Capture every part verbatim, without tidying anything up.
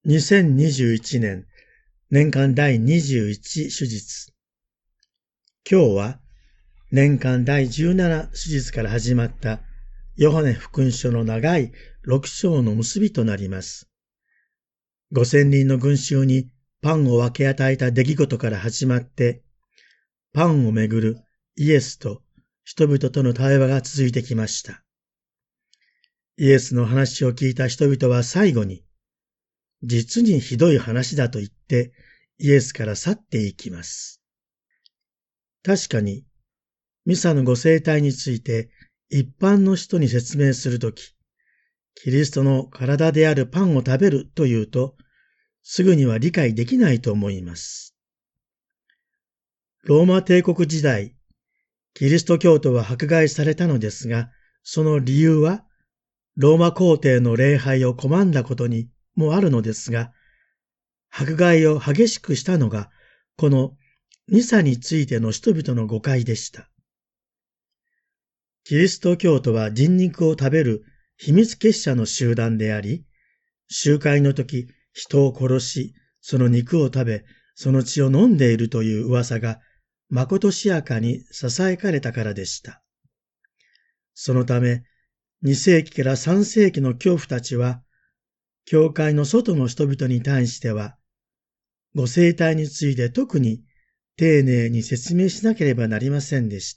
にせんにじゅういちねん年間だいにじゅういち手術。今日は年間だいじゅうなな手術から始まったヨハネ福音書の長いろく章の結びとなります。ごせんにんの群衆にパンを分け与えた出来事から始まって、パンをめぐるイエスと人々との対話が続いてきました。イエスの話を聞いた人々は最後に、実にひどい話だと言ってイエスから去っていきます。確かに、ミサのご生態について一般の人に説明するとき、キリストの体であるパンを食べるというと、すぐには理解できないと思います。ローマ帝国時代、キリスト教徒は迫害されたのですが、その理由は、ローマ皇帝の礼拝を拒んだことにもあるのですが、迫害を激しくしたのが、このミサについての人々の誤解でした。キリスト教徒は人肉を食べる秘密結社の集団であり、集会の時、人を殺し、その肉を食べ、その血を飲んでいるという噂が、まことしやかに囁かれたからでした。そのため、に世紀からさん世紀の恐怖たちは、教会の外の人々に対しては、ご生態について特に丁寧に説明しなければなりませんでした。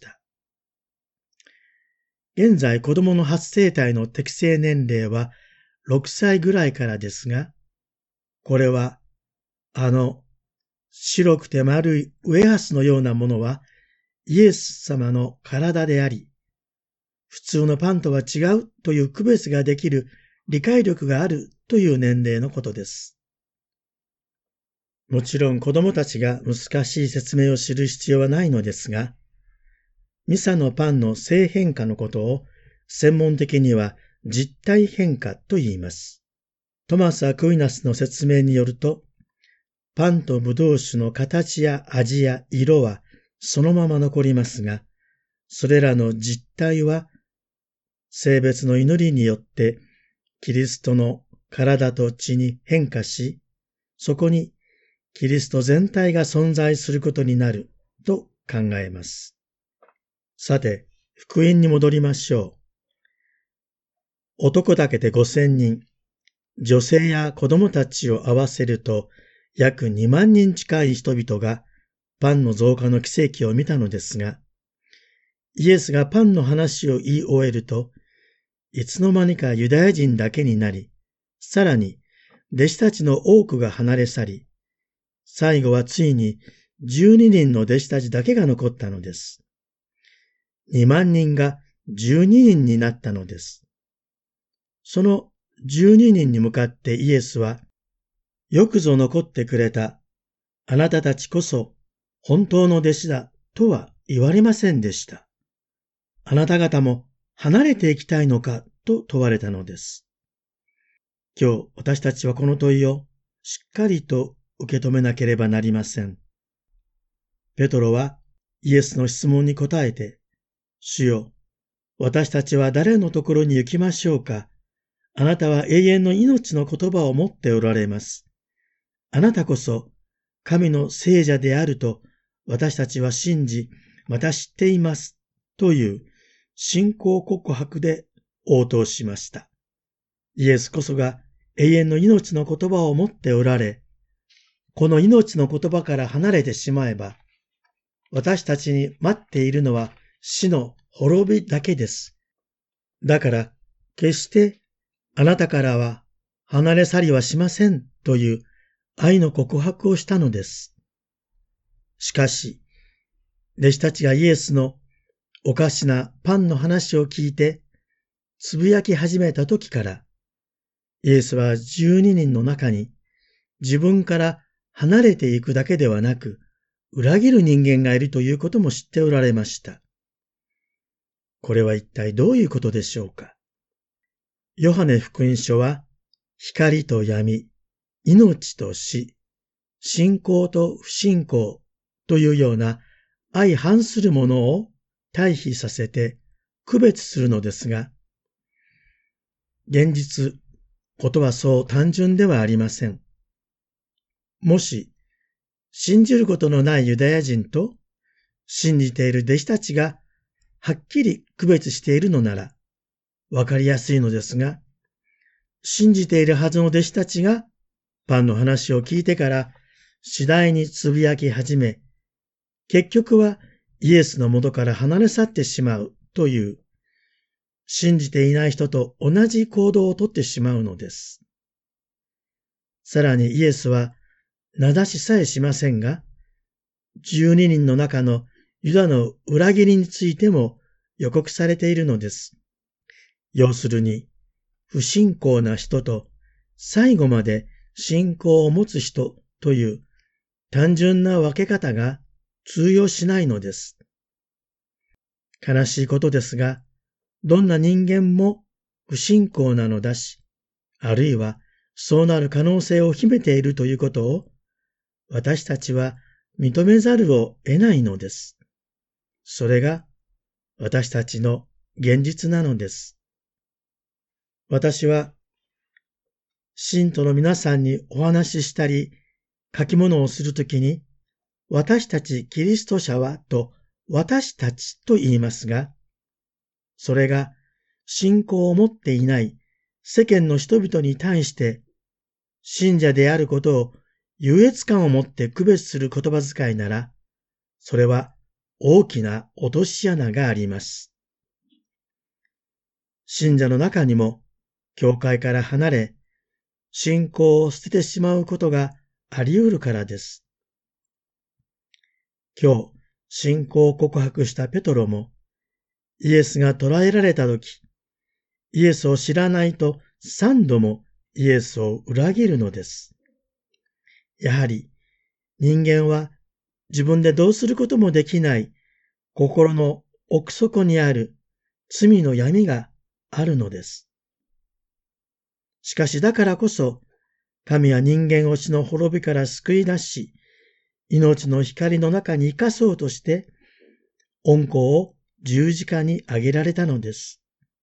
現在子供の初生態の適正年齢はろくさいぐらいからですが、これは、あの、白くて丸いウエハースのようなものはイエス様の体であり、普通のパンとは違うという区別ができる理解力があるという年齢のことです。もちろん子供たちが難しい説明を知る必要はないのですが、ミサのパンの性変化のことを専門的には実体変化と言います。トマス・アクイナスの説明によると、パンとブドウ酒の形や味や色はそのまま残りますが、それらの実体は性別の祈りによってキリストの体と血に変化し、そこにキリスト全体が存在することになると考えます。さて、福音に戻りましょう。男だけでごせんにん、女性や子供たちを合わせると約にまんにん近い人々がパンの増加の奇跡を見たのですが、イエスがパンの話を言い終えると、いつの間にかユダヤ人だけになり、さらに弟子たちの多くが離れ去り、最後はついにじゅうににんの弟子たちだけが残ったのです。にまんにんがじゅうににんになったのです。そのじゅうににんに向かってイエスは、よくぞ残ってくれた、あなたたちこそ本当の弟子だとは言われませんでした。あなた方も離れていきたいのかと問われたのです。今日私たちはこの問いをしっかりと受け止めなければなりません。ペトロはイエスの質問に答えて、主よ、私たちは誰のところに行きましょうか。あなたは永遠の命の言葉を持っておられます。あなたこそ神の聖者であると私たちは信じ、また知っています。という信仰告白で応答しました。イエスこそが永遠の命の言葉を持っておられ、この命の言葉から離れてしまえば、私たちに待っているのは死の滅びだけです。だから、決してあなたからは離れ去りはしませんという愛の告白をしたのです。しかし、弟子たちがイエスのおかしなパンの話を聞いて、つぶやき始めた時から、イエスはじゅうににんの中に自分から離れていくだけではなく、裏切る人間がいるということも知っておられました。これは一体どういうことでしょうか。ヨハネ福音書は、光と闇、命と死、信仰と不信仰というような相反するものを対比させて区別するのですが、現実、ことはそう単純ではありません。 もし、信じることのないユダヤ人と信じている弟子たちがはっきり区別しているのならわかりやすいのですが、信じているはずの弟子たちがパンの話を聞いてから次第につぶやき始め、結局はイエスの元から離れ去ってしまうという、信じていない人と同じ行動をとってしまうのです。さらにイエスは名指しさえしませんが、じゅうににんの中のユダの裏切りについても予告されているのです。要するに、不信仰な人と最後まで信仰を持つ人という単純な分け方が通用しないのです。悲しいことですが、どんな人間も不信仰なのだし、あるいはそうなる可能性を秘めているということを私たちは認めざるを得ないのです。それが私たちの現実なのです。私は信徒の皆さんにお話ししたり書き物をするときに、私たちキリスト者はと私たちと言いますが、それが信仰を持っていない世間の人々に対して信者であることを優越感を持って区別する言葉遣いなら、それは大きな落とし穴があります。信者の中にも教会から離れ、信仰を捨ててしまうことがあり得るからです。今日、信仰を告白したペトロも、イエスが捕らえられたとき、イエスを知らないと三度もイエスを裏切るのです。やはり人間は自分でどうすることもできない心の奥底にある罪の闇があるのです。しかしだからこそ、神は人間を死の滅びから救い出し、命の光の中に生かそうとして、御子を十字架に上げられたのです。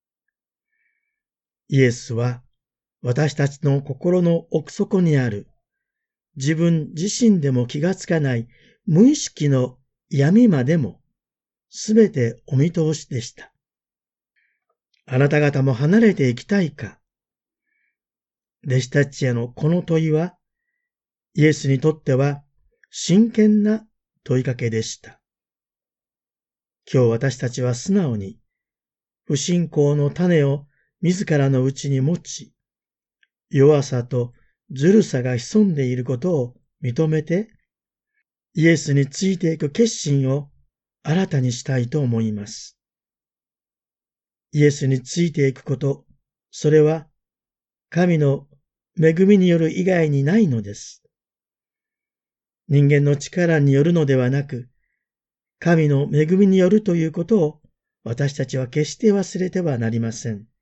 イエスは私たちの心の奥底にある自分自身でも気がつかない無意識の闇までもすべてお見通しでした。あなた方も離れていきたいか。弟子たちへのこの問いはイエスにとっては真剣な問いかけでした。今日私たちは素直に不信仰の種を自らのうちに持ち、弱さとずるさが潜んでいることを認めて、イエスについていく決心を新たにしたいと思います。イエスについていくこと、それは神の恵みによる以外にないのです。人間の力によるのではなく、神の恵みによるということを私たちは決して忘れてはなりません。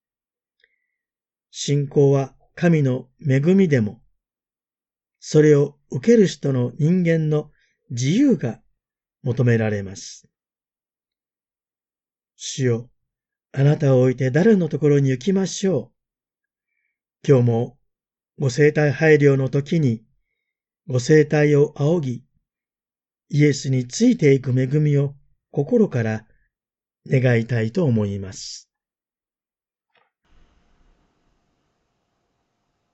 信仰は神の恵みでも、それを受ける人の人間の自由が求められます。主よ、あなたを置いて誰のところに行きましょう。今日もご聖体拝領の時にご聖体を仰ぎ、イエスについていく恵みを心から願いたいと思います。